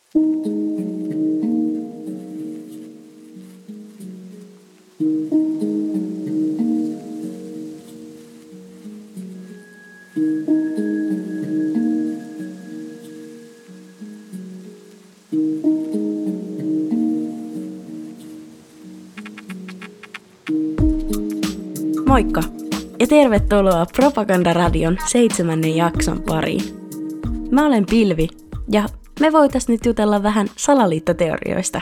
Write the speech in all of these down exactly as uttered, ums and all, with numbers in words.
Moikka ja tervetuloa Propagandaradion seitsemännen jakson pariin. Mä olen Pilvi ja me voitais nyt jutella vähän salaliittoteorioista.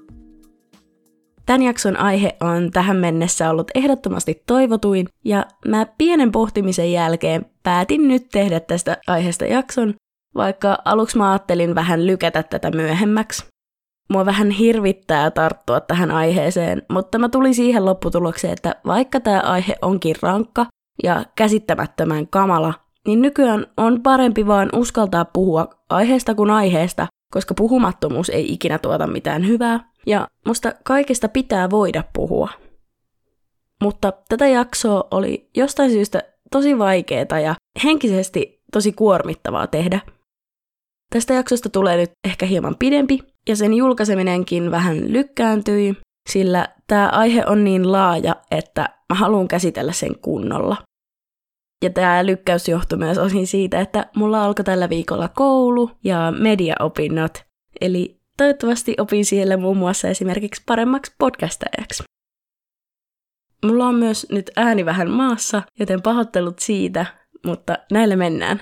Tän jakson aihe on tähän mennessä ollut ehdottomasti toivotuin ja mä pienen pohtimisen jälkeen päätin nyt tehdä tästä aiheesta jakson, vaikka aluksi mä ajattelin vähän lykätä tätä myöhemmäksi. Mua vähän hirvittää tarttua tähän aiheeseen, mutta mä tulin siihen lopputulokseen, että vaikka tämä aihe onkin rankka ja käsittämättömän kamala, niin nykyään on parempi vaan uskaltaa puhua aiheesta kuin aiheesta, koska puhumattomuus ei ikinä tuota mitään hyvää, ja musta kaikesta pitää voida puhua. Mutta tätä jaksoa oli jostain syystä tosi vaikeaa ja henkisesti tosi kuormittavaa tehdä. Tästä jaksosta tulee nyt ehkä hieman pidempi, ja sen julkaiseminenkin vähän lykkääntyi, sillä tämä aihe on niin laaja, että mä haluan käsitellä sen kunnolla. Ja tämä lykkäys johtui myös osin siitä, että mulla alkoi tällä viikolla koulu ja mediaopinnot, eli toivottavasti opin siellä muun muassa esimerkiksi paremmaksi podcastajaksi. Mulla on myös nyt ääni vähän maassa, joten pahoittelut siitä, mutta näillä mennään.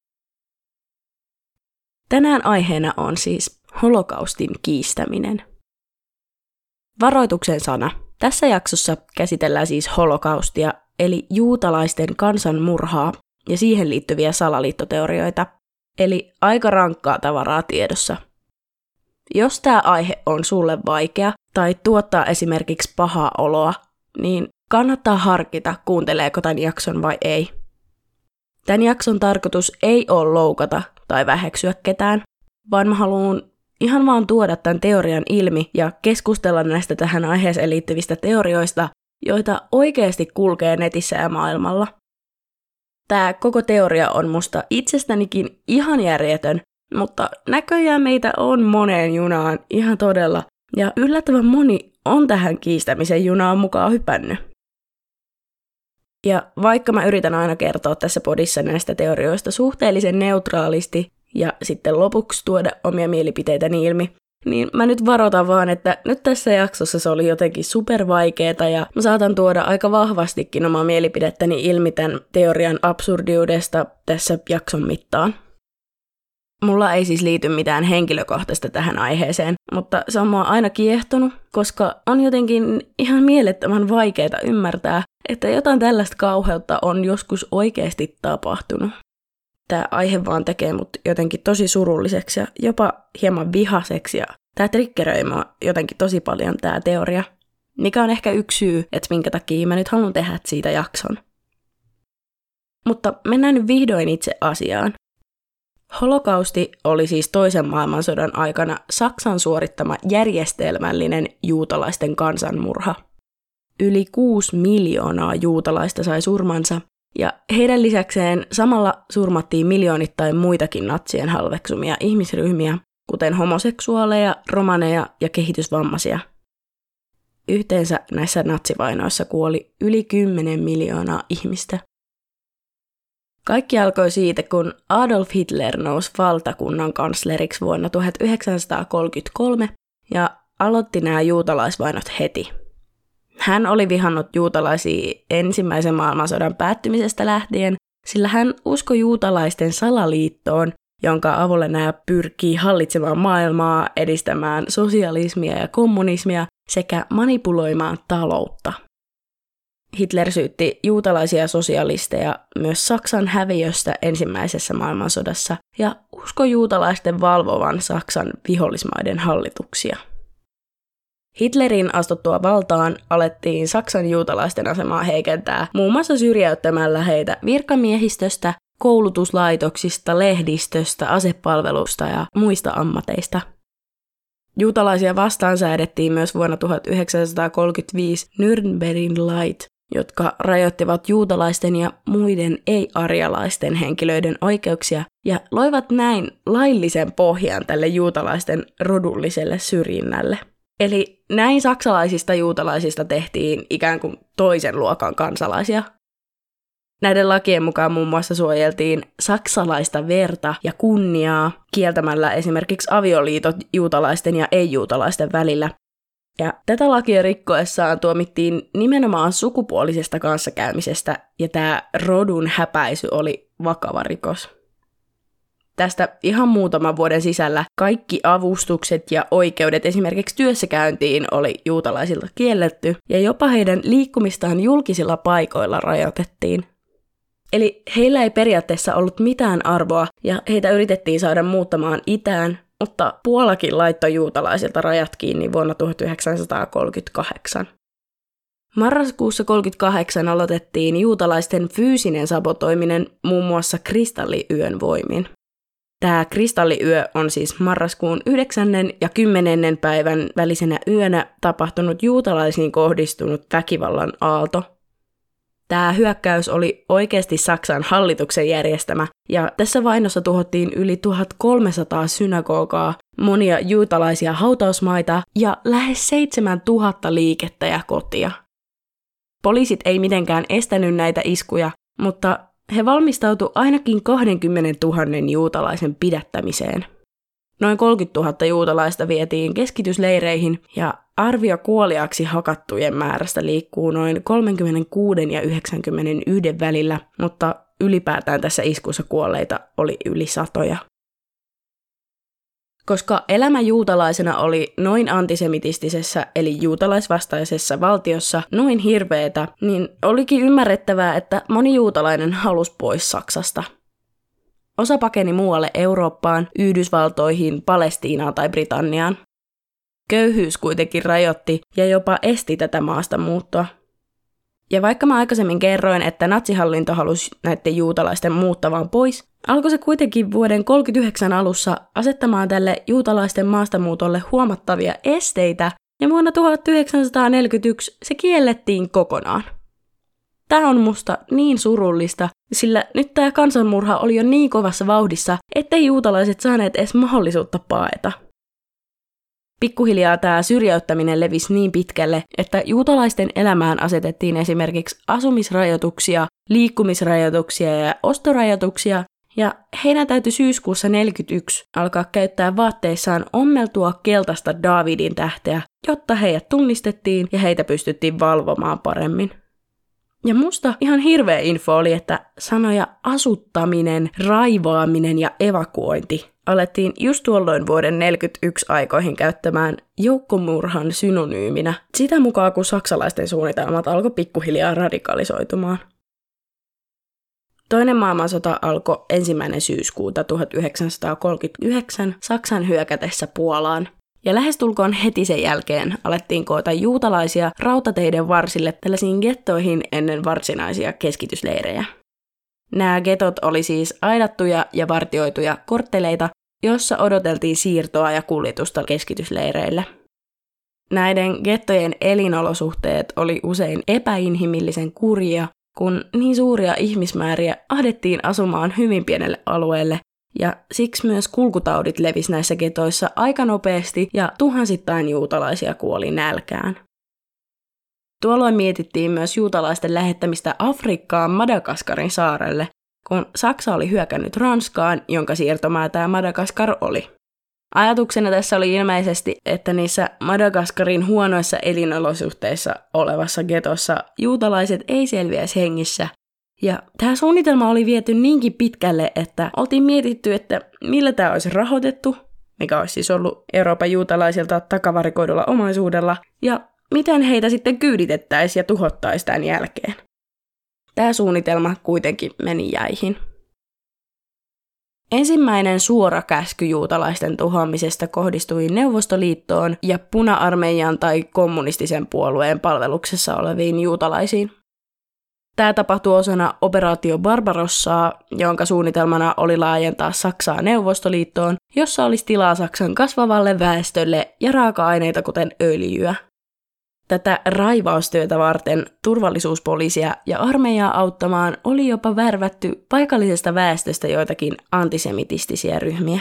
Tänään aiheena on siis holokaustin kiistäminen. Varoituksen sana. Tässä jaksossa käsitellään siis holokaustia, eli juutalaisten kansanmurhaa ja siihen liittyviä salaliittoteorioita, eli aika rankkaa tavaraa tiedossa. Jos tämä aihe on sulle vaikea tai tuottaa esimerkiksi pahaa oloa, niin kannattaa harkita, kuunteleeko tämän jakson vai ei. Tämän jakson tarkoitus ei ole loukata tai väheksyä ketään, vaan mä haluan ihan vaan tuoda tämän teorian ilmi ja keskustella näistä tähän aiheeseen liittyvistä teorioista, joita oikeasti kulkee netissä ja maailmalla. Tämä koko teoria on musta itsestänikin ihan järjetön, mutta näköjään meitä on moneen junaan ihan todella, ja yllättävän moni on tähän kiistämisen junaan mukaan hypännyt. Ja vaikka mä yritän aina kertoa tässä podissa näistä teorioista suhteellisen neutraalisti ja sitten lopuksi tuoda omia mielipiteitäni ilmi, niin mä nyt varoitan vaan, että nyt tässä jaksossa se oli jotenkin supervaikeeta ja mä saatan tuoda aika vahvastikin omaa mielipidettäni ilmi tämän teorian absurdiudesta tässä jakson mittaan. Mulla ei siis liity mitään henkilökohtaista tähän aiheeseen, mutta se on mua aina kiehtonut, koska on jotenkin ihan mielettömän vaikeaa ymmärtää, että jotain tällaista kauheutta on joskus oikeasti tapahtunut. Tämä aihe vaan tekee mut jotenkin tosi surulliseksi ja jopa hieman vihaseksi ja tämä triggeröi mua jotenkin tosi paljon tämä teoria, mikä on ehkä yksi syy, että minkä takia mä nyt haluan tehdä siitä jakson. Mutta mennään nyt vihdoin itse asiaan. Holokausti oli siis toisen maailmansodan aikana Saksan suorittama järjestelmällinen juutalaisten kansanmurha. Yli kuusi miljoonaa juutalaista sai surmansa, ja heidän lisäkseen samalla surmattiin miljoonittain muitakin natsien halveksumia ihmisryhmiä, kuten homoseksuaaleja, romaneja ja kehitysvammaisia. Yhteensä näissä natsivainoissa kuoli yli kymmenen miljoonaa ihmistä. Kaikki alkoi siitä, kun Adolf Hitler nousi valtakunnan kansleriksi vuonna tuhatyhdeksänsataakolmekymmentäkolme ja aloitti nämä juutalaisvainot heti. Hän oli vihannut juutalaisia ensimmäisen maailmansodan päättymisestä lähtien, sillä hän uskoi juutalaisten salaliittoon, jonka avulla nämä pyrkii hallitsemaan maailmaa, edistämään sosialismia ja kommunismia sekä manipuloimaan taloutta. Hitler syytti juutalaisia sosialisteja myös Saksan häviöstä ensimmäisessä maailmansodassa ja uskoi juutalaisten valvovan Saksan vihollismaiden hallituksia. Hitlerin astuttua valtaan alettiin Saksan juutalaisten asemaa heikentää muun muassa syrjäyttämällä heitä virkamiehistöstä, koulutuslaitoksista, lehdistöstä, asepalvelusta ja muista ammateista. Juutalaisia vastaan säädettiin myös vuonna tuhatyhdeksänsataakolmekymmentäviisi Nürnbergin lait, jotka rajoittivat juutalaisten ja muiden ei-arjalaisten henkilöiden oikeuksia ja loivat näin laillisen pohjan tälle juutalaisten rodulliselle syrjinnälle. Eli näin saksalaisista juutalaisista tehtiin ikään kuin toisen luokan kansalaisia. Näiden lakien mukaan muun muassa suojeltiin saksalaista verta ja kunniaa kieltämällä esimerkiksi avioliitot juutalaisten ja ei-juutalaisten välillä. Ja tätä lakia rikkoessaan tuomittiin nimenomaan sukupuolisesta kanssakäymisestä, ja tämä rodun häpäisy oli vakava rikos. Tästä ihan muutaman vuoden sisällä kaikki avustukset ja oikeudet esimerkiksi työssäkäyntiin oli juutalaisilta kielletty, ja jopa heidän liikkumistaan julkisilla paikoilla rajoitettiin. Eli heillä ei periaatteessa ollut mitään arvoa, ja heitä yritettiin saada muuttamaan itään, mutta Puolakin laittoi juutalaisilta rajat kiinni vuonna tuhatyhdeksänsataakolmekymmentäkahdeksan. Marraskuussa tuhatyhdeksänsataakolmekymmentäkahdeksan aloitettiin juutalaisten fyysinen sabotoiminen muun muassa kristalliyön voimin. Tämä kristalliyö on siis marraskuun yhdeksännen ja kymmenennen päivän välisenä yönä tapahtunut juutalaisiin kohdistunut väkivallan aalto. Tämä hyökkäys oli oikeasti Saksan hallituksen järjestämä, ja tässä vainossa tuhottiin yli tuhatkolmesataa synagogaa, monia juutalaisia hautausmaita ja lähes seitsemäntuhatta liikettä ja kotia. Poliisit ei mitenkään estänyt näitä iskuja, mutta he valmistautuivat ainakin kaksikymmentätuhatta juutalaisen pidättämiseen. Noin kolmekymmentätuhatta juutalaista vietiin keskitysleireihin ja arvio kuoliaksi hakattujen määrästä liikkuu noin kolmekymmentäkuusi ja yhdeksänkymmentäyksi välillä, mutta ylipäätään tässä iskussa kuolleita oli yli satoja. Koska elämä juutalaisena oli noin antisemitistisessä eli juutalaisvastaisessa valtiossa noin hirveetä, niin olikin ymmärrettävää, että moni juutalainen halusi pois Saksasta. Osa pakeni muualle Eurooppaan, Yhdysvaltoihin, Palestiinaan tai Britanniaan. Köyhyys kuitenkin rajoitti ja jopa esti tätä maasta muuttoa. Ja vaikka mä aikaisemmin kerroin, että natsihallinto halusi näiden juutalaisten muuttavan pois, alkoi se kuitenkin vuoden tuhatyhdeksänsataakolmekymmentäyhdeksän alussa asettamaan tälle juutalaisten maastamuutolle huomattavia esteitä, ja vuonna tuhatyhdeksänsataaneljäkymmentäyksi se kiellettiin kokonaan. Tämä on musta niin surullista, sillä nyt tämä kansanmurha oli jo niin kovassa vauhdissa, ettei juutalaiset saaneet edes mahdollisuutta paeta. Pikkuhiljaa tämä syrjäyttäminen levisi niin pitkälle, että juutalaisten elämään asetettiin esimerkiksi asumisrajoituksia, liikkumisrajoituksia ja ostorajoituksia, ja heidän täytyi syyskuussa tuhatyhdeksänsataaneljäkymmentäyksi alkaa käyttää vaatteissaan ommeltua keltaista Daavidin tähteä, jotta heidät tunnistettiin ja heitä pystyttiin valvomaan paremmin. Ja musta ihan hirveä info oli, että sanoja asuttaminen, raivaaminen ja evakuointi alettiin just tuolloin vuoden tuhatyhdeksänsataaneljäkymmentäyksi aikoihin käyttämään joukkomurhan synonyyminä, sitä mukaan kun saksalaisten suunnitelmat alkoi pikkuhiljaa radikalisoitumaan. Toinen maailmansota alkoi ensimmäinen syyskuuta tuhatyhdeksänsataakolmekymmentäyhdeksän Saksan hyökätessä Puolaan. Ja lähestulkoon heti sen jälkeen alettiin koota juutalaisia rautateiden varsille tällaisiin gettoihin ennen varsinaisia keskitysleirejä. Nämä getot oli siis aidattuja ja vartioituja kortteleita, joissa odoteltiin siirtoa ja kuljetusta keskitysleireille. Näiden gettojen elinolosuhteet oli usein epäinhimillisen kurjia, kun niin suuria ihmismääriä ahdettiin asumaan hyvin pienelle alueelle, ja siksi myös kulkutaudit levisi näissä getoissa aika nopeasti ja tuhansittain juutalaisia kuoli nälkään. Tuolloin mietittiin myös juutalaisten lähettämistä Afrikkaan Madagaskarin saarelle, kun Saksa oli hyökännyt Ranskaan, jonka siirtomaa tämä Madagaskar oli. Ajatuksena tässä oli ilmeisesti, että niissä Madagaskarin huonoissa elinolosuhteissa olevassa getossa juutalaiset ei selviäisi hengissä. Ja tämä suunnitelma oli viety niinkin pitkälle, että oltiin mietitty, että millä tämä olisi rahoitettu, mikä olisi siis ollut Euroopan juutalaisilta takavarikoidulla omaisuudella, ja miten heitä sitten kyyditettäisiin ja tuhottaisiin tämän jälkeen. Tämä suunnitelma kuitenkin meni jäihin. Ensimmäinen suora käsky juutalaisten tuhoamisesta kohdistui Neuvostoliittoon ja Puna-armeijan tai kommunistisen puolueen palveluksessa oleviin juutalaisiin. Tämä tapahtui osana operaatio Barbarossaa, jonka suunnitelmana oli laajentaa Saksaa Neuvostoliittoon, jossa olisi tilaa Saksan kasvavalle väestölle ja raaka-aineita kuten öljyä. Tätä raivaustyötä varten turvallisuuspoliisia ja armeijaa auttamaan oli jopa värvätty paikallisesta väestöstä joitakin antisemitistisiä ryhmiä.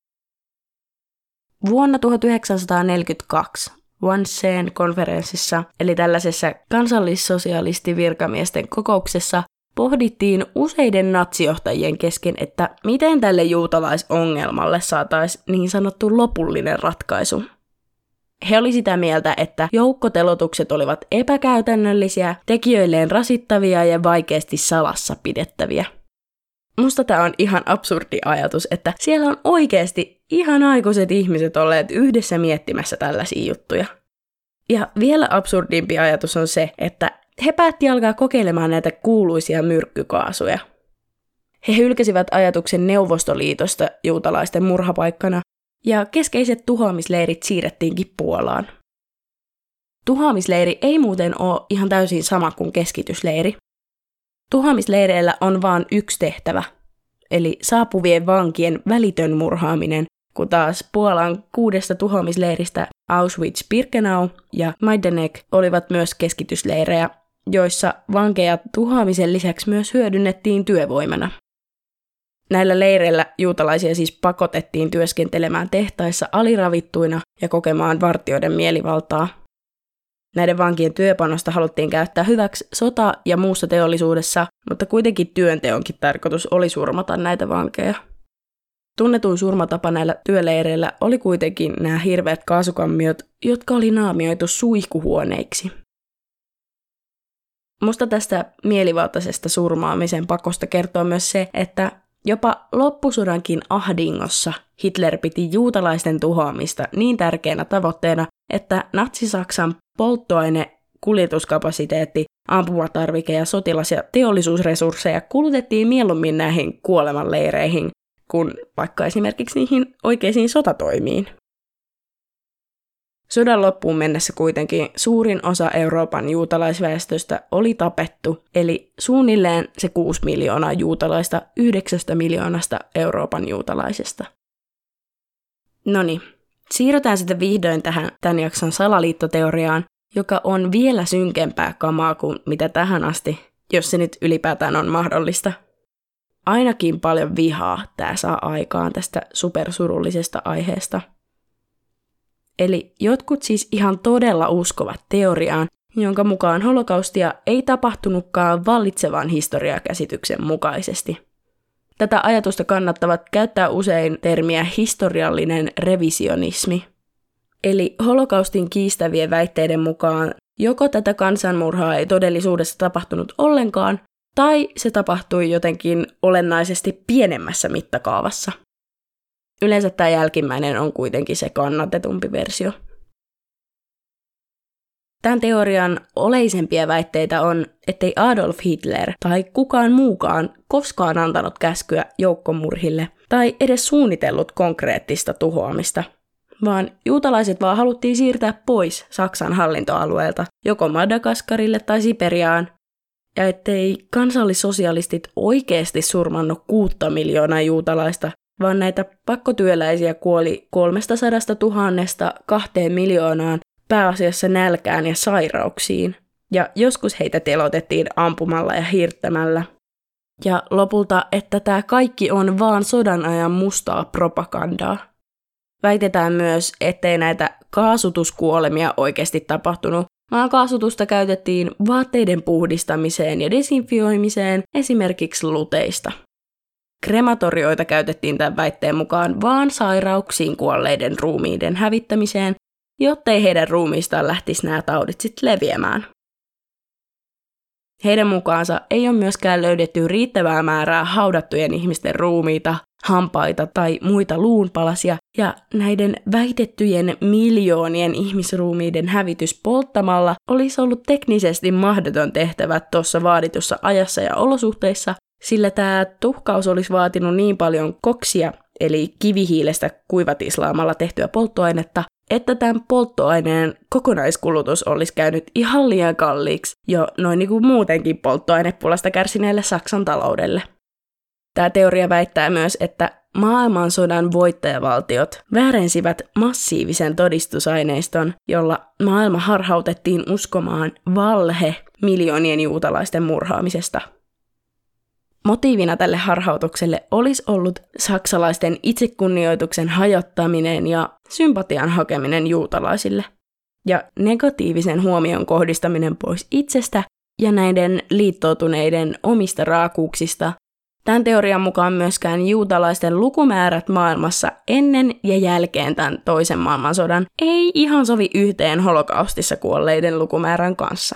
Vuonna tuhatyhdeksänsataaneljäkymmentäkaksi Wannseen konferenssissa, eli tällaisessa kansallissosialistivirkamiesten kokouksessa, pohdittiin useiden natsijohtajien kesken, että miten tälle juutalaisongelmalle saataisiin niin sanottu lopullinen ratkaisu. He oli sitä mieltä, että joukkotelotukset olivat epäkäytännöllisiä, tekijöilleen rasittavia ja vaikeasti salassa pidettäviä. Musta tää on ihan absurdi ajatus, että siellä on oikeasti ihan aikuiset ihmiset olleet yhdessä miettimässä tällaisia juttuja. Ja vielä absurdimpi ajatus on se, että he päätti alkaa kokeilemaan näitä kuuluisia myrkkykaasuja. He hylkäsivät ajatuksen Neuvostoliitosta juutalaisten murhapaikkana, ja keskeiset tuhoamisleirit siirrettiinkin Puolaan. Tuhoamisleiri ei muuten ole ihan täysin sama kuin keskitysleiri. Tuhoamisleireillä on vain yksi tehtävä, eli saapuvien vankien välitön murhaaminen, kun taas Puolan kuudesta tuhoamisleiristä Auschwitz-Birkenau ja Majdanek olivat myös keskitysleirejä, joissa vankeja tuhoamisen lisäksi myös hyödynnettiin työvoimana. Näillä leireillä juutalaisia siis pakotettiin työskentelemään tehtaissa aliravittuina ja kokemaan vartijoiden mielivaltaa. Näiden vankien työpanosta haluttiin käyttää hyväksi sota- ja muussa teollisuudessa, mutta kuitenkin työnteonkin tarkoitus oli surmata näitä vankeja. Tunnetuin surmatapa näillä työleireillä oli kuitenkin nämä hirveät kaasukammiot, jotka oli naamioitu suihkuhuoneiksi. Musta tästä mielivaltaisesta surmaamisen pakosta kertoo myös se, että jopa loppusodankin ahdingossa Hitler piti juutalaisten tuhoamista niin tärkeänä tavoitteena, että Natsi-Saksan polttoaine, kuljetuskapasiteetti, ampumatarvike ja sotilas- ja teollisuusresursseja kulutettiin mieluummin näihin kuolemanleireihin kuin vaikka esimerkiksi niihin oikeisiin sotatoimiin. Sodan loppuun mennessä kuitenkin suurin osa Euroopan juutalaisväestöstä oli tapettu, eli suunnilleen se kuusi miljoonaa juutalaista yhdeksästä miljoonasta Euroopan juutalaisesta. Noniin, siirrytään sitten vihdoin tähän tämän jakson salaliittoteoriaan, joka on vielä synkempää kamaa kuin mitä tähän asti, jos se nyt ylipäätään on mahdollista. Ainakin paljon vihaa tämä saa aikaan tästä supersurullisesta aiheesta. Eli jotkut siis ihan todella uskovat teoriaan, jonka mukaan holokaustia ei tapahtunutkaan vallitsevan historiakäsityksen mukaisesti. Tätä ajatusta kannattavat käyttää usein termiä historiallinen revisionismi. Eli holokaustin kiistävien väitteiden mukaan joko tätä kansanmurhaa ei todellisuudessa tapahtunut ollenkaan, tai se tapahtui jotenkin olennaisesti pienemmässä mittakaavassa. Yleensä tämä jälkimmäinen on kuitenkin se kannatetumpi versio. Tämän teorian oleisempia väitteitä on, ettei Adolf Hitler tai kukaan muukaan koskaan antanut käskyä joukkomurhille tai edes suunnitellut konkreettista tuhoamista, vaan juutalaiset vaan haluttiin siirtää pois Saksan hallintoalueelta joko Madagaskarille tai Siperiaan, ja ettei kansallissosialistit oikeasti surmannut kuutta miljoonaa juutalaista, vaan näitä pakkotyöläisiä kuoli kolmestasadasta tuhannesta kahteen miljoonaan pääasiassa nälkään ja sairauksiin, ja joskus heitä telotettiin ampumalla ja hirttämällä. Ja lopulta, että tämä kaikki on vaan sodan ajan mustaa propagandaa. Väitetään myös, ettei näitä kaasutuskuolemia oikeasti tapahtunut, vaan kaasutusta käytettiin vaatteiden puhdistamiseen ja desinfioimiseen esimerkiksi luteista. Krematorioita käytettiin tämän väitteen mukaan vaan sairauksiin kuolleiden ruumiiden hävittämiseen, jottei heidän ruumiistaan lähtisi nämä taudit sitten leviämään. Heidän mukaansa ei ole myöskään löydetty riittävää määrää haudattujen ihmisten ruumiita, hampaita tai muita luunpalasia, ja näiden väitettyjen miljoonien ihmisruumiiden hävitys polttamalla olisi ollut teknisesti mahdoton tehtävä tuossa vaaditussa ajassa ja olosuhteissa, sillä tämä tuhkaus olisi vaatinut niin paljon koksia, eli kivihiilestä kuivatislaamalla tehtyä polttoainetta, että tämän polttoaineen kokonaiskulutus olisi käynyt ihan liian kalliiksi jo noin niin kuin muutenkin polttoainepulasta kärsineelle Saksan taloudelle. Tämä teoria väittää myös, että maailmansodan voittajavaltiot väärensivät massiivisen todistusaineiston, jolla maailma harhautettiin uskomaan valhe miljoonien juutalaisten murhaamisesta. Motiivina tälle harhautukselle olisi ollut saksalaisten itsekunnioituksen hajottaminen ja sympatian hakeminen juutalaisille, ja negatiivisen huomion kohdistaminen pois itsestä ja näiden liittoutuneiden omista raakuuksista. Tämän teorian mukaan myöskään juutalaisten lukumäärät maailmassa ennen ja jälkeen tämän toisen maailmansodan ei ihan sovi yhteen holokaustissa kuolleiden lukumäärän kanssa.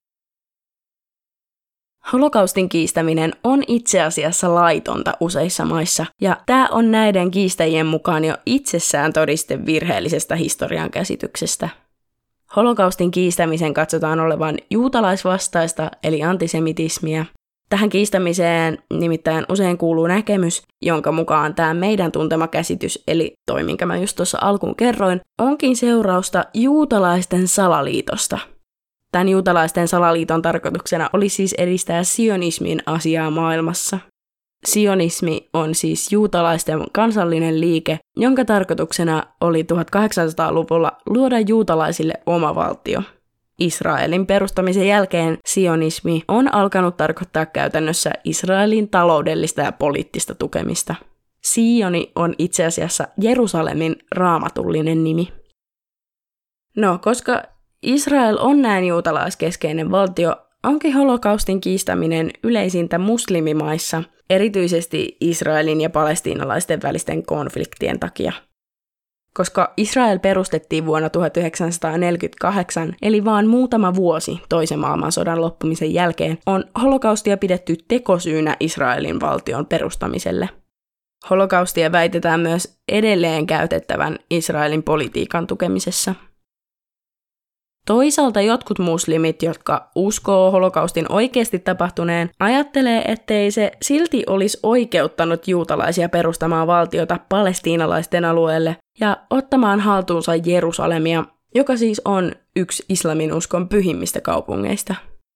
Holokaustin kiistäminen on itse asiassa laitonta useissa maissa, ja tämä on näiden kiistäjien mukaan jo itsessään todiste virheellisestä historian käsityksestä. Holokaustin kiistämisen katsotaan olevan juutalaisvastaista eli antisemitismiä. Tähän kiistämiseen nimittäin usein kuuluu näkemys, jonka mukaan tämä meidän tuntema käsitys, eli toi, minkä mä just tuossa alkuun kerroin, onkin seurausta juutalaisten salaliitosta. Tämän juutalaisten salaliiton tarkoituksena oli siis edistää sionismin asiaa maailmassa. Sionismi on siis juutalaisten kansallinen liike, jonka tarkoituksena oli tuhatkahdeksansataaluvulla luoda juutalaisille oma valtio. Israelin perustamisen jälkeen sionismi on alkanut tarkoittaa käytännössä Israelin taloudellista ja poliittista tukemista. Sioni on itse asiassa Jerusalemin raamatullinen nimi. No, koska Israel on näin juutalaiskeskeinen valtio, onkin holokaustin kiistäminen yleisintä muslimimaissa, erityisesti Israelin ja palestiinalaisten välisten konfliktien takia. Koska Israel perustettiin vuonna tuhatyhdeksänsataaneljäkymmentäkahdeksan, eli vain muutama vuosi toisen maailmansodan loppumisen jälkeen, on holokaustia pidetty tekosyynä Israelin valtion perustamiselle. Holokaustia väitetään myös edelleen käytettävän Israelin politiikan tukemisessa. Toisaalta jotkut muslimit, jotka uskoo holokaustin oikeasti tapahtuneen, ajattelee, ettei se silti olisi oikeuttanut juutalaisia perustamaan valtiota palestiinalaisten alueelle ja ottamaan haltuunsa Jerusalemia, joka siis on yksi islamin uskon pyhimmistä kaupungeista.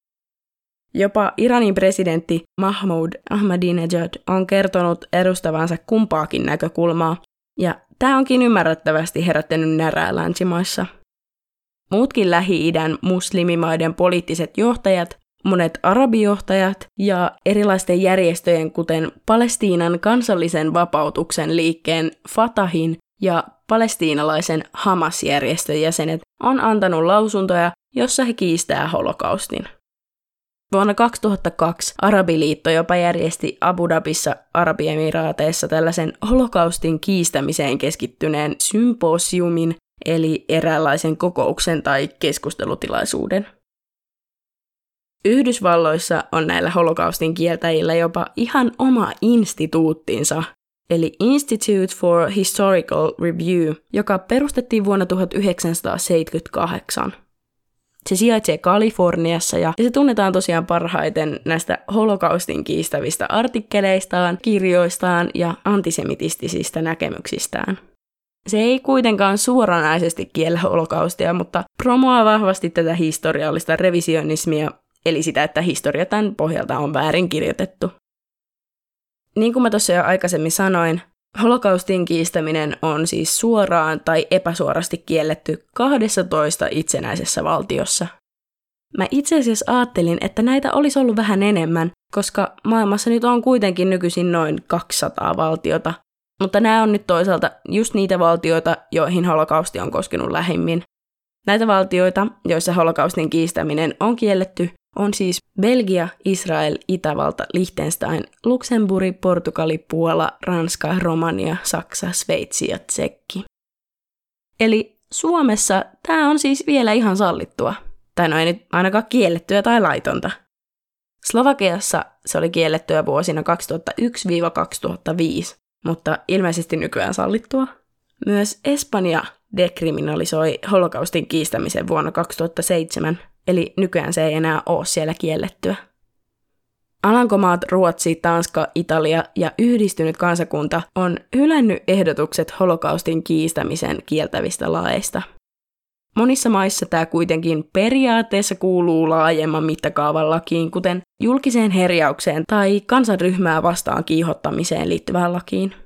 Jopa Iranin presidentti Mahmoud Ahmadinejad on kertonut edustavansa kumpaakin näkökulmaa, ja tämä onkin ymmärrettävästi herättänyt närää länsimaissa. Muutkin Lähi-idän muslimimaiden poliittiset johtajat, monet arabijohtajat ja erilaisten järjestöjen, kuten Palestiinan kansallisen vapautuksen liikkeen Fatahin ja palestiinalaisen Hamas-järjestön jäsenet, on antanut lausuntoja, jossa he kiistää holokaustin. Vuonna kaksituhattakaksi Arabiliitto jopa järjesti Abu Dhabissa Arabiemiraateissa tällaisen holokaustin kiistämiseen keskittyneen symposiumin, eli eräänlaisen kokouksen tai keskustelutilaisuuden. Yhdysvalloissa on näillä holokaustin kieltäjillä jopa ihan oma instituuttinsa, eli Institute for Historical Review, joka perustettiin vuonna tuhatyhdeksänsataaseitsemänkymmentäkahdeksan. Se sijaitsee Kaliforniassa ja se tunnetaan tosiaan parhaiten näistä holokaustin kiistävistä artikkeleistaan, kirjoistaan ja antisemitistisistä näkemyksistään. Se ei kuitenkaan suoranaisesti kiellä holokaustia, mutta promoaa vahvasti tätä historiallista revisionismia, eli sitä, että historia tämän pohjalta on väärin kirjoitettu. Niin kuin mä tuossa jo aikaisemmin sanoin, holokaustin kiistäminen on siis suoraan tai epäsuorasti kielletty kahdessatoista itsenäisessä valtiossa. Mä itse asiassa ajattelin, että näitä olisi ollut vähän enemmän, koska maailmassa nyt on kuitenkin nykyisin noin kaksisataa valtiota, mutta nämä on nyt toisaalta just niitä valtioita, joihin holokausti on koskenut lähimmin. Näitä valtioita, joissa holokaustin kiistäminen on kielletty, on siis Belgia, Israel, Itävalta, Liechtenstein, Luxemburg, Portugali, Puola, Ranska, Romania, Saksa, Sveitsi ja Tsekki. Eli Suomessa tämä on siis vielä ihan sallittua. Tai no ei nyt ainakaan kiellettyä tai laitonta. Slovakiassa se oli kiellettyä vuosina kaksituhattayksi kaksituhattaviisi, mutta ilmeisesti nykyään sallittua. Myös Espanja dekriminalisoi holokaustin kiistämisen vuonna kaksituhattaseitsemän, eli nykyään se ei enää ole siellä kiellettyä. Alankomaat, Ruotsi, Tanska, Italia ja yhdistynyt kansakunta on hylännyt ehdotukset holokaustin kiistämisen kieltävistä laeista. Monissa maissa tämä kuitenkin periaatteessa kuuluu laajemman mittakaavan lakiin, kuten julkiseen herjaukseen tai kansanryhmää vastaan kiihottamiseen liittyvään lakiin.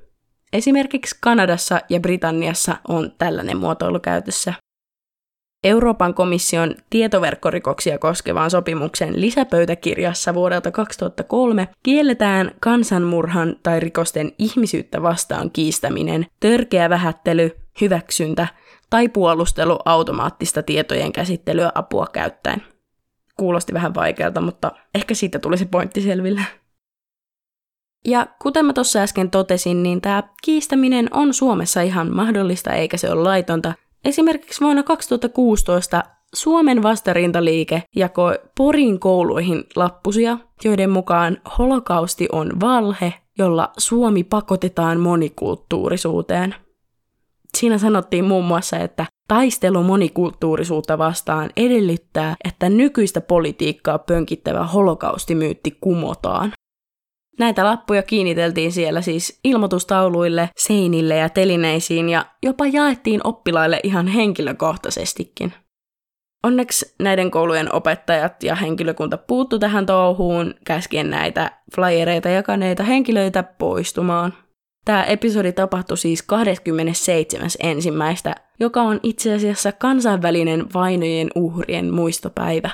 Esimerkiksi Kanadassa ja Britanniassa on tällainen muotoilu käytössä. Euroopan komission tietoverkkorikoksia koskevaan sopimuksen lisäpöytäkirjassa vuodelta kaksituhattakolme kielletään kansanmurhan tai rikosten ihmisyyttä vastaan kiistäminen, törkeä vähättely, hyväksyntä tai puolustelu automaattista tietojen käsittelyä apua käyttäen. Kuulosti vähän vaikealta, mutta ehkä siitä tuli se pointti selville. Ja kuten mä tuossa äsken totesin, niin tämä kiistäminen on Suomessa ihan mahdollista eikä se ole laitonta. Esimerkiksi vuonna kaksituhattakuusitoista Suomen vastarintaliike jakoi Porin kouluihin lappusia, joiden mukaan holokausti on valhe, jolla Suomi pakotetaan monikulttuurisuuteen. Siinä sanottiin muun muassa, että taistelu monikulttuurisuutta vastaan edellyttää, että nykyistä politiikkaa pönkittävä holokaustimyytti kumotaan. Näitä lappuja kiinniteltiin siellä siis ilmoitustauluille, seinille ja telineisiin ja jopa jaettiin oppilaille ihan henkilökohtaisestikin. Onneksi näiden koulujen opettajat ja henkilökunta puuttu tähän touhuun, käskien näitä flyereita jakaneita henkilöitä poistumaan. Tämä episodi tapahtui siis kahdeskymmenesseitsemäs ensimmäistä, joka on itse asiassa kansainvälinen vainojen uhrien muistopäivä.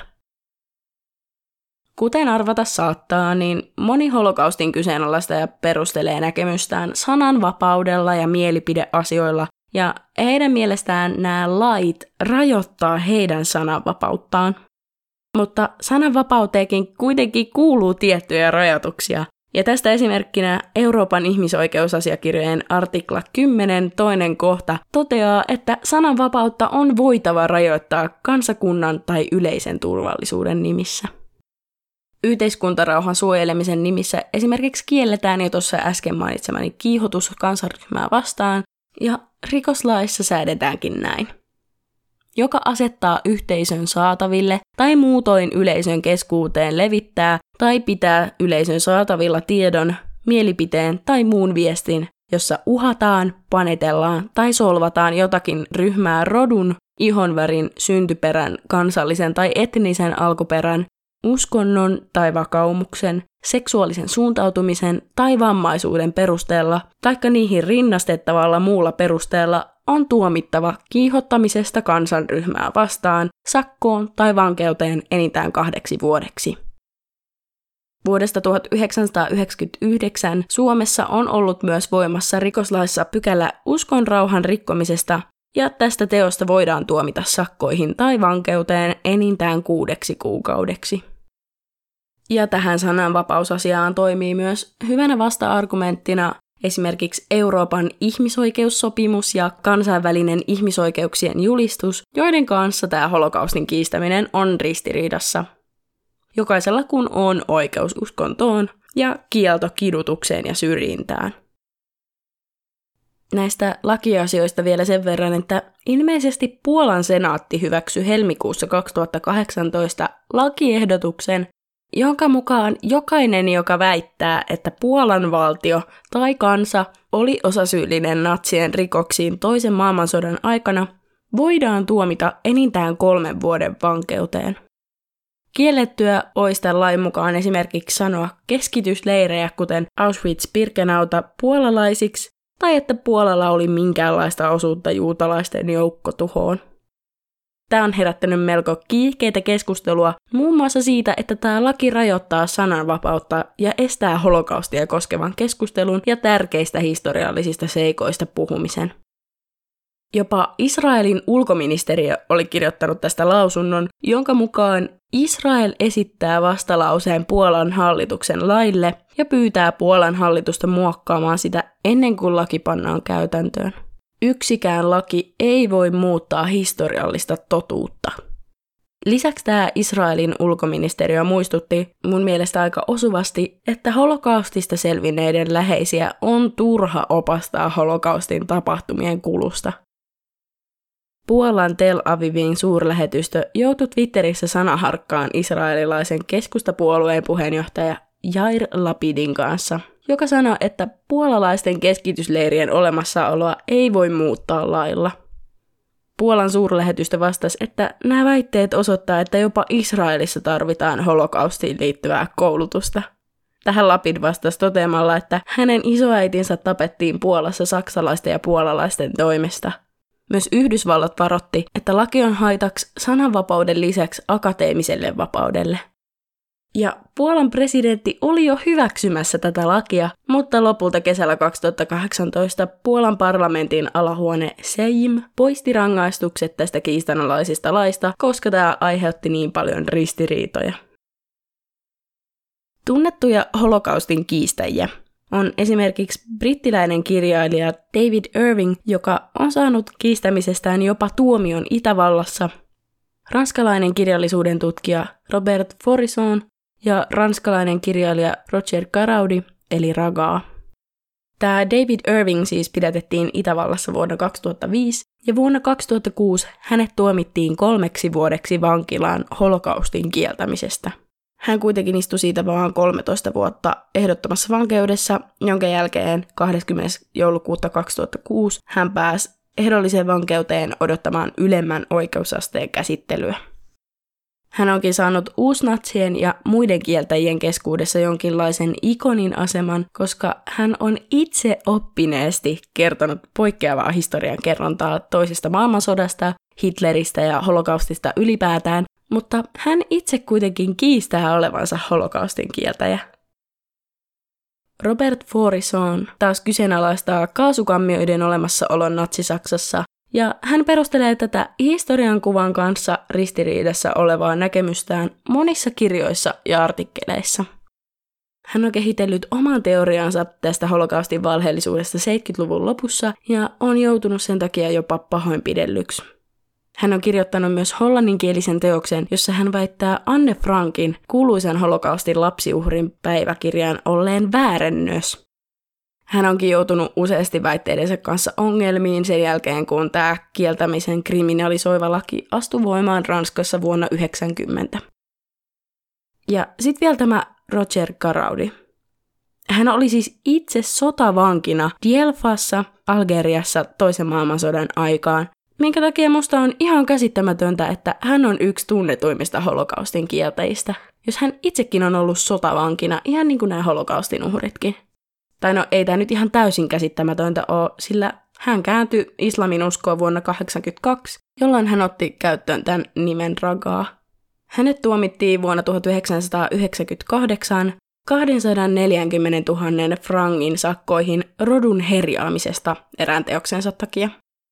Kuten arvata saattaa, niin moni holokaustin kyseenalaistaja perustelee näkemystään sananvapaudella ja mielipideasioilla, ja heidän mielestään nämä lait rajoittaa heidän sananvapauttaan. Mutta sananvapauteenkin kuitenkin kuuluu tiettyjä rajoituksia, ja tästä esimerkkinä Euroopan ihmisoikeusasiakirjojen artikla kymmenen toinen kohta toteaa, että sananvapautta on voitava rajoittaa kansakunnan tai yleisen turvallisuuden nimissä. Yhteiskuntarauhan suojelemisen nimissä esimerkiksi kielletään jo tuossa äsken mainitsemani kiihotus kansanryhmää vastaan, ja rikoslaissa säädetäänkin näin. Joka asettaa yhteisön saataville tai muutoin yleisön keskuuteen levittää tai pitää yleisön saatavilla tiedon, mielipiteen tai muun viestin, jossa uhataan, panetellaan tai solvataan jotakin ryhmää rodun, ihonvärin, syntyperän, kansallisen tai etnisen alkuperän, uskonnon tai vakaumuksen, seksuaalisen suuntautumisen tai vammaisuuden perusteella, taikka niihin rinnastettavalla muulla perusteella on tuomittava kiihottamisesta kansanryhmää vastaan, sakkoon tai vankeuteen enintään kahdeksi vuodeksi. Vuodesta tuhatyhdeksänsataayhdeksänkymmentäyhdeksän Suomessa on ollut myös voimassa rikoslaissa pykälä uskonrauhan rikkomisesta, ja tästä teosta voidaan tuomita sakkoihin tai vankeuteen enintään kuudeksi kuukaudeksi. Ja tähän sananvapausasiaan toimii myös hyvänä vasta-argumenttina esimerkiksi Euroopan ihmisoikeussopimus ja kansainvälinen ihmisoikeuksien julistus, joiden kanssa tämä holokaustin kiistäminen on ristiriidassa. Jokaisella kun on oikeus uskontoon ja kielto kidutukseen ja syrjintään. Näistä lakiasioista vielä sen verran, että ilmeisesti Puolan senaatti hyväksyi helmikuussa kaksituhattakahdeksantoista lakiehdotuksen, jonka mukaan jokainen, joka väittää, että Puolan valtio tai kansa oli osasyyllinen natsien rikoksiin toisen maailmansodan aikana, voidaan tuomita enintään kolmen vuoden vankeuteen. Kiellettyä olisi tämän lain mukaan esimerkiksi sanoa keskitysleirejä, kuten Auschwitz-Birkenauta, puolalaisiksi, tai että Puolalla oli minkäänlaista osuutta juutalaisten joukkotuhoon. Tämä on herättänyt melko kiihkeitä keskustelua muun muassa siitä, että tämä laki rajoittaa sananvapautta ja estää holokaustia koskevan keskustelun ja tärkeistä historiallisista seikoista puhumisen. Jopa Israelin ulkoministeriö oli kirjoittanut tästä lausunnon, jonka mukaan Israel esittää vastalauseen Puolan hallituksen laille ja pyytää Puolan hallitusta muokkaamaan sitä ennen kuin laki pannaan käytäntöön. Yksikään laki ei voi muuttaa historiallista totuutta. Lisäksi tämä Israelin ulkoministeriö muistutti mun mielestä aika osuvasti, että holokaustista selvinneiden läheisiä on turha opastaa holokaustin tapahtumien kulusta. Puolan Tel Avivin suurlähetystö joutui Twitterissä sanaharkkaan israelilaisen keskustapuolueen puheenjohtaja Jair Lapidin kanssa, joka sanoi, että puolalaisten keskitysleirien olemassaoloa ei voi muuttaa lailla. Puolan suurlähetystö vastasi, että nämä väitteet osoittaa, että jopa Israelissa tarvitaan holokaustiin liittyvää koulutusta. Tähän Lapid vastasi toteamalla, että hänen isoäitinsä tapettiin Puolassa saksalaisten ja puolalaisten toimesta. Myös Yhdysvallat varoitti, että laki on haitaksi sananvapauden lisäksi akateemiselle vapaudelle. Ja Puolan presidentti oli jo hyväksymässä tätä lakia, mutta lopulta kesällä kaksituhattakahdeksantoista Puolan parlamentin alahuone Sejm poisti rangaistukset tästä kiistanalaisesta laista, koska tämä aiheutti niin paljon ristiriitoja. Tunnettuja holokaustin kiistäjiä on esimerkiksi brittiläinen kirjailija David Irving, joka on saanut kiistämisestään jopa tuomion Itävallassa, ranskalainen kirjallisuuden tutkija Robert Faurisson ja ranskalainen kirjailija Roger Garaudi, eli Ragaa. Tämä David Irving siis pidätettiin Itävallassa vuonna kaksituhattaviisi, ja vuonna kaksituhattakuusi hänet tuomittiin kolmeksi vuodeksi vankilaan holokaustin kieltämisestä. Hän kuitenkin istui siitä vaan kolmetoista vuotta ehdottomassa vankeudessa, jonka jälkeen kahdeskymmenes joulukuuta kaksituhattakuusi hän pääsi ehdolliseen vankeuteen odottamaan ylemmän oikeusasteen käsittelyä. Hän onkin saanut uusnatsien ja muiden kieltäjien keskuudessa jonkinlaisen ikonin aseman, koska hän on itse oppineesti kertonut poikkeavaa historian kerrontaa toisesta maailmansodasta, Hitleristä ja holokaustista ylipäätään, mutta hän itse kuitenkin kiistää olevansa holokaustin kieltäjä. Robert Faurisson taas kyseenalaistaa kaasukammioiden olemassaolon Natsi-Saksassa, ja hän perustelee tätä historiankuvan kanssa ristiriidassa olevaa näkemystään monissa kirjoissa ja artikkeleissa. Hän on kehitellyt oman teoriansa tästä holokaustin valheellisuudesta seitsemänkymmentäluvun lopussa ja on joutunut sen takia jopa pahoinpidellyksi. Hän on kirjoittanut myös hollanninkielisen teoksen, jossa hän väittää Anne Frankin kuuluisan holokaustin lapsiuhrin päiväkirjan olleen väärennös. Hän onkin joutunut useasti väitteidensä kanssa ongelmiin sen jälkeen, kun tämä kieltämisen kriminalisoiva laki astui voimaan Ranskassa vuonna yhdeksänkymmentä. Ja sitten vielä tämä Roger Garaudi. Hän oli siis itse sotavankina Djelfassa, Algeriassa toisen maailmansodan aikaan, minkä takia musta on ihan käsittämätöntä, että hän on yksi tunnetuimmista holokaustin kieltäjistä, jos hän itsekin on ollut sotavankina, ihan niin kuin nämä holokaustin uhritkin. Tai no ei tämä nyt ihan täysin käsittämätöntä ole, sillä hän kääntyi islamin uskoon vuonna tuhatyhdeksänsataakahdeksankymmentäkaksi, jolloin hän otti käyttöön tämän nimen Ragaa. Hänet tuomittiin vuonna tuhatyhdeksänsataayhdeksänkymmentäkahdeksan kaksisataaneljäkymmentätuhatta frangin sakkoihin rodun herjaamisesta erään teoksensa takia.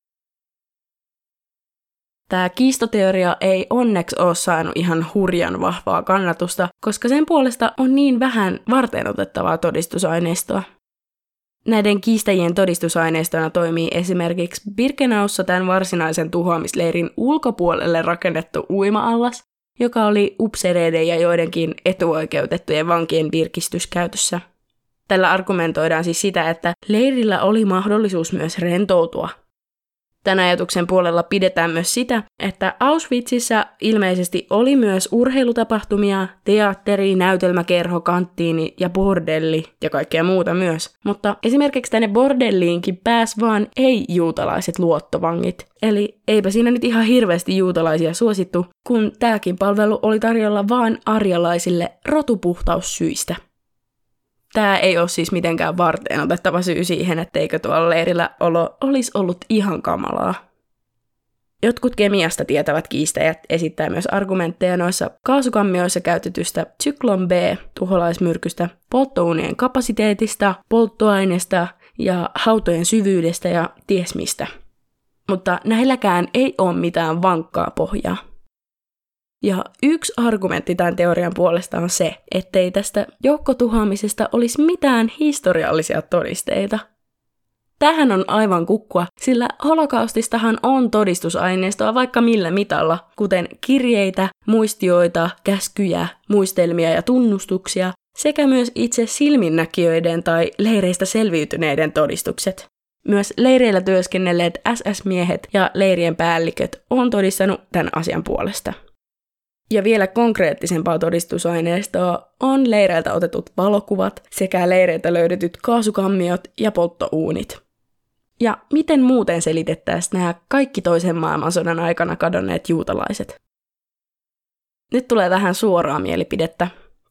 Tämä kiistoteoria ei onneksi ole saanut ihan hurjan vahvaa kannatusta, koska sen puolesta on niin vähän varteenotettavaa todistusaineistoa. Näiden kiistäjien todistusaineistona toimii esimerkiksi Birkenaussa tämän varsinaisen tuhoamisleirin ulkopuolelle rakennettu uima-allas, joka oli upseereiden ja joidenkin etuoikeutettujen vankien virkistyskäytössä. Tällä argumentoidaan siis sitä, että leirillä oli mahdollisuus myös rentoutua. Tämän ajatuksen puolella pidetään myös sitä, että Auschwitzissa ilmeisesti oli myös urheilutapahtumia, teatteri, näytelmäkerho, kanttiini ja bordelli ja kaikkea muuta myös. Mutta esimerkiksi tänne bordelliinkin pääs vaan ei-juutalaiset luottovangit. Eli eipä siinä nyt ihan hirveästi juutalaisia suosittu, kun tämäkin palvelu oli tarjolla vaan arjalaisille rotupuhtaussyistä. Tämä ei ole siis mitenkään varteenotettava syy siihen, etteikö tuolla leirillä olo olisi ollut ihan kamalaa. Jotkut kemiasta tietävät kiistäjät esittää myös argumentteja noissa kaasukammioissa käytetystä Zyklon B-tuholaismyrkystä, polttouunien kapasiteetista, polttoaineesta ja hautojen syvyydestä ja ties mistä. Mutta näilläkään ei ole mitään vankkaa pohjaa. Ja yksi argumentti tämän teorian puolesta on se, ettei tästä joukkotuhoamisesta olisi mitään historiallisia todisteita. Tähän on aivan kukkua, sillä holokaustistahan on todistusaineistoa vaikka millä mitalla, kuten kirjeitä, muistioita, käskyjä, muistelmia ja tunnustuksia, sekä myös itse silminnäkijöiden tai leireistä selviytyneiden todistukset. Myös leireillä työskennelleet S S-miehet ja leirien päälliköt on todistanut tämän asian puolesta. Ja vielä konkreettisempaa todistusaineistoa on leireiltä otetut valokuvat sekä leireiltä löydetyt kaasukammiot ja polttouunit. Ja miten muuten selitettäisiin nämä kaikki toisen maailmansodan aikana kadonneet juutalaiset? Nyt tulee vähän suoraa mielipidettä.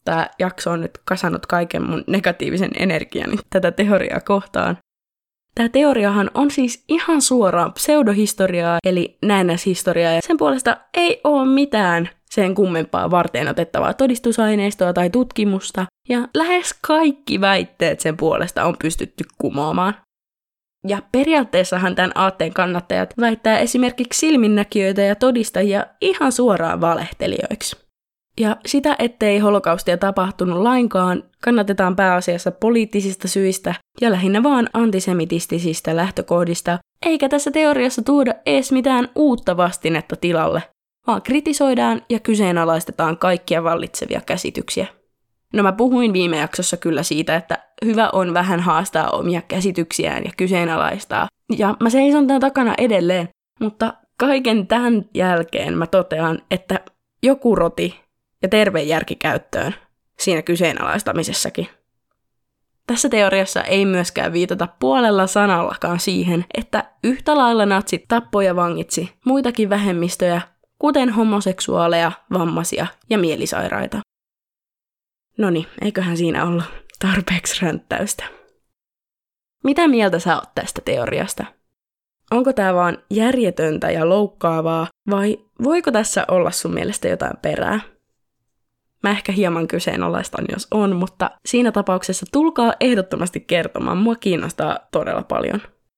tämä jakso on nyt kasannut kaiken mun negatiivisen energiani tätä teoriaa kohtaan. Tämä teoriahan on siis ihan suoraan pseudohistoriaa, eli näennäishistoriaa, ja sen puolesta ei ole mitään sen kummempaa varten otettavaa todistusaineistoa tai tutkimusta, ja lähes kaikki väitteet sen puolesta on pystytty kumoamaan. Ja periaatteessahan tämän aatteen kannattajat väittää esimerkiksi silminnäkijöitä ja todistajia ihan suoraan valehtelijoiksi. Ja sitä, ettei holokaustia tapahtunut lainkaan, kannatetaan pääasiassa poliittisista syistä ja lähinnä vaan antisemitistisistä lähtökohdista, eikä tässä teoriassa tuoda edes mitään uutta vastinetta tilalle, vaan kritisoidaan ja kyseenalaistetaan kaikkia vallitsevia käsityksiä. No mä puhuin viime jaksossa kyllä siitä, että hyvä on vähän haastaa omia käsityksiään ja kyseenalaistaa, ja mä seison tämän takana edelleen, mutta kaiken tämän jälkeen mä totean, että joku roti ja terve järki käyttöön siinä kyseenalaistamisessakin. Tässä teoriassa ei myöskään viitata puolella sanallakaan siihen, että yhtä lailla natsit tappoi ja vangitsi muitakin vähemmistöjä, kuten homoseksuaaleja, vammaisia ja mielisairaita. Noniin, eiköhän siinä ollut tarpeeksi ränttäystä. Mitä mieltä sä oot tästä teoriasta? Onko tää vaan järjetöntä ja loukkaavaa, vai voiko tässä olla sun mielestä jotain perää? Mä ehkä hieman kyseenalaistan, jos on, mutta siinä tapauksessa tulkaa ehdottomasti kertomaan, mua kiinnostaa todella paljon.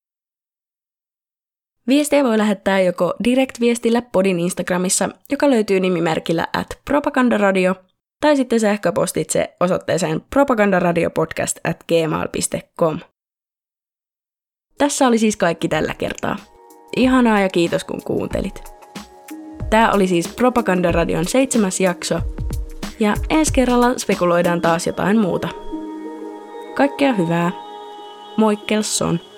Viestiä voi lähettää joko direct-viestillä podin Instagramissa, joka löytyy nimimerkillä at propagandaradio, tai sitten sähköpostitse osoitteeseen propagandaradiopodcast at gmail piste com. Tässä oli siis kaikki tällä kertaa. Ihanaa ja kiitos kun kuuntelit. Tää oli siis Propagandaradion seitsemäs jakso, ja ensi kerralla spekuloidaan taas jotain muuta. Kaikkea hyvää. Moikkelsson.